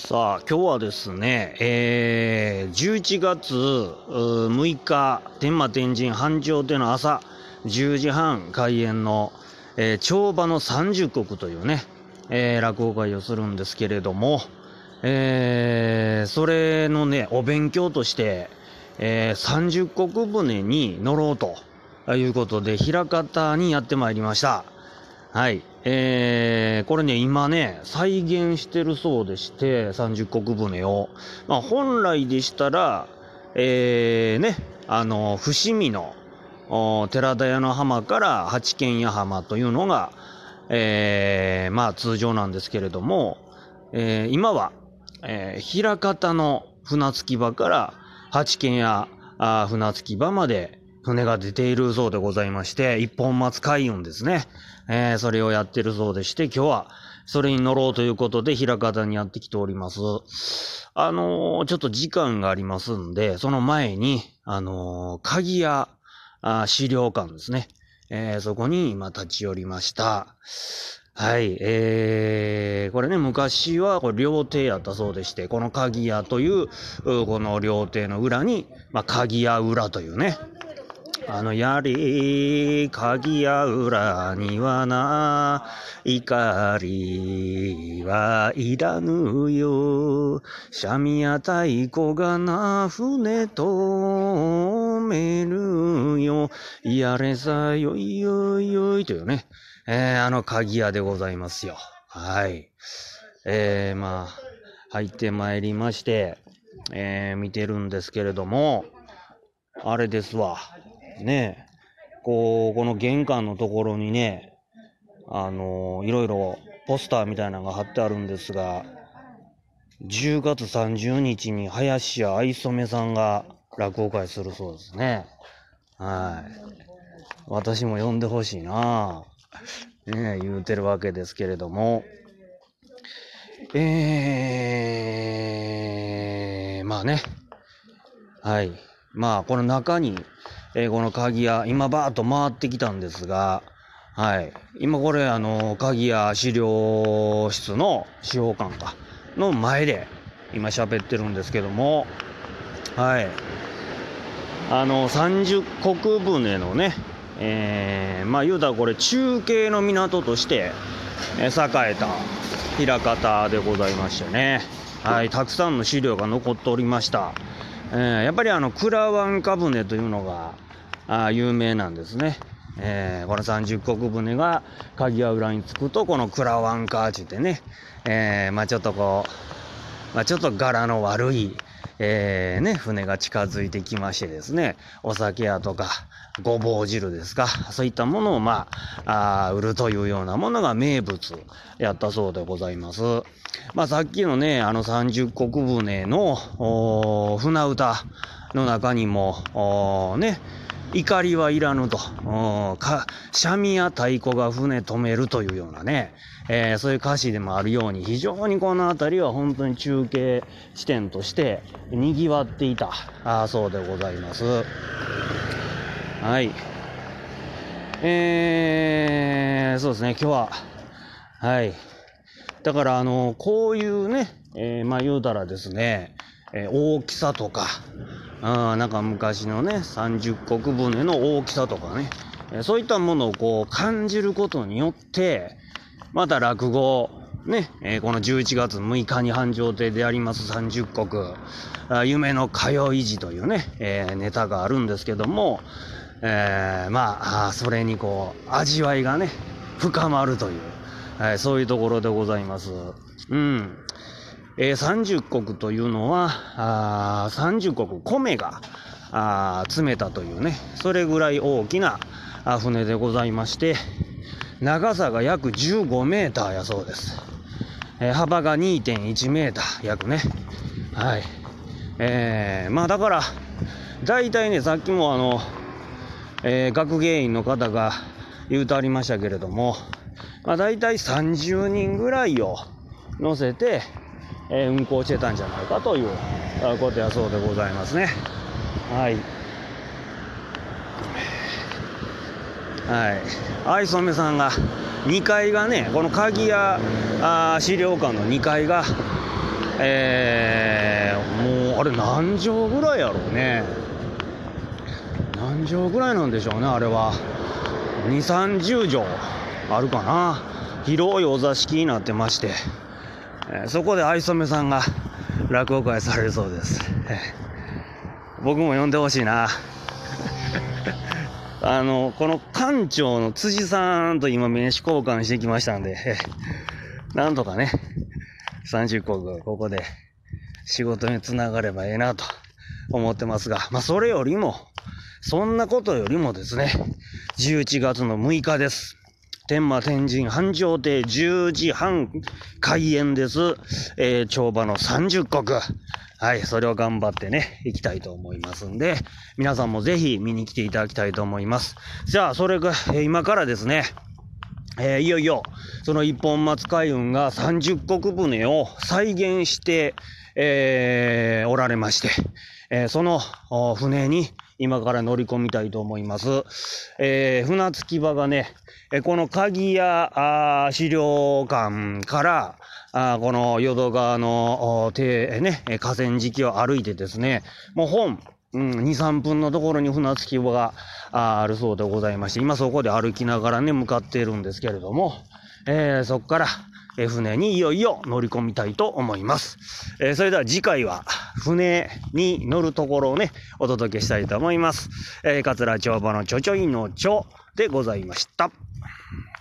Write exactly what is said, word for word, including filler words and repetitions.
さあ今日はですね、えー、じゅういちがつむいか天満天神繁盛亭の朝じゅうじはん開演の、えー、帳場の三十石というね、えー、落語会をするんですけれども、えー、それのねお勉強として、えー、三十石船に乗ろうということで枚方にやってまいりました。はい。えー、これね、今ね、再現してるそうでして、三十石船を。まあ、本来でしたら、えー、ね、あの、伏見の、寺田屋の浜から八軒屋浜というのが、えー、まあ、通常なんですけれども、えー、今は、えー、枚方の船着き場から八軒屋あ船着き場まで、船が出ているそうでございまして、一本松海運ですね。えー、それをやってるそうでして、今日はそれに乗ろうということで、枚方にやってきております。あのー、ちょっと時間がありますんで、その前に、あのー、鍵屋あ資料館ですね。えー、そこに今立ち寄りました。はい、えー、これね、昔はこれ料亭やったそうでして、この鍵屋という、この料亭の裏に、まあ、鍵屋裏というね、あの、やれ、鍵屋裏にはな、怒りはいらぬよ。三味や太鼓がな、船止めるよ。やれさよいよいよいというね、えー、あの鍵屋でございますよ。はい。えー、まあ、入ってまいりまして、えー、見てるんですけれども、あれですわ。ねえ、こう、この玄関のところにね、あのー、いろいろポスターみたいなのが貼ってあるんですが、じゅうがつさんじゅうにちに林家愛染さんが落語会するそうですね。はい。私も呼んでほしいなぁ。ねえ、言うてるわけですけれども。えー、まあね。はい。まあ、この中に、えー、この鍵屋、今バーッと回ってきたんですが、はい。今これ、あの、鍵屋資料室の資料館か、の前で、今喋ってるんですけども、はい。あの、三十石船のね、えー、まあ言うたらこれ中継の港として、えー、栄えた枚方でございましてね。はい。たくさんの資料が残っておりました。えー、やっぱりあの蔵湾か船というのがあ有名なんですね。えー、この三十石船が鍵屋裏に着くとこの蔵湾かって言ってね、えー、まあちょっとこう、まあちょっと柄の悪い、えー、ね、船が近づいてきましてですね、お酒屋とかごぼう汁ですか、そういったものをまあ、あ売るというようなものが名物やったそうでございます。まあさっきのね、あの三十石船の船歌の中にも、ね、怒りはいらぬと、か三味や太鼓が船止めるというようなね、えー、そういう歌詞でもあるように、非常にこの辺りは本当に中継地点として賑わっていたあそうでございます。はい。えー、そうですね、今日は、はい。だから、あの、こういうね、えー、まあ言うたらですね、えー、大きさとか、あなんか昔のね、三十石船の大きさとかね、えー、そういったものをこう感じることによって、また落語、ね、えー、このじゅういちがつむいかに繁盛亭であります三十石、あ夢の通い字というね、えー、ネタがあるんですけども、えー、まあ、それにこう、味わいがね、深まるという、はい、そういうところでございます。うん。えー、三十石というのは、あ三十石米があ詰めたというね、それぐらい大きなあ船でございまして、長さが約じゅうごメーターやそうです。えー、幅が にてんいちメーター約ね。はい。えー、まあだから、大体ね、さっきもあの、えー、学芸員の方が言うとありましたけれども、まあ大体さんじゅうにんぐらいを乗せて、えー、運行してたんじゃないかということやそうでございますね。はい。はい。愛染さんがにかいがね、この鍵屋あ資料館のにかいが、 えー、もうあれ何畳ぐらいやろうね。何畳ぐらいなんでしょうね、あれは。にじゅう、さんじゅう畳あるかな。広いお座敷になってまして、えー、そこで愛染さんが落語会されるそうです。えー、僕も呼んでほしいな。あのこの館長の辻さんと今名刺交換してきましたんで、えー、なんとかねさんじゅっこくここで仕事につながればええなと思ってますが、まあそれよりもそんなことよりもですね、じゅういちがつのむいかです。天満天神繁盛亭じゅうじはん開演です。えー、帳場のさんじゅっこく。はい、それを頑張ってね、行きたいと思いますんで、皆さんもぜひ見に来ていただきたいと思います。じゃあ、それが、えー、今からですね、えー、いよいよ、その一本松海運がさんじゅっこく船を再現して、えー、おられまして、えー、その船に今から乗り込みたいと思います。えー、船着き場がね、この鍵屋資料館からあこの淀川の手、ね、河川敷を歩いてですね、もう本、うん、に、さんぷんのところに船着き場があるそうでございまして、今そこで歩きながらね向かっているんですけれども、えー、そこから船にいよいよ乗り込みたいと思います。えー、それでは次回は船に乗るところをねお届けしたいと思います。えー、桂町場のちょちょいのちょでございました。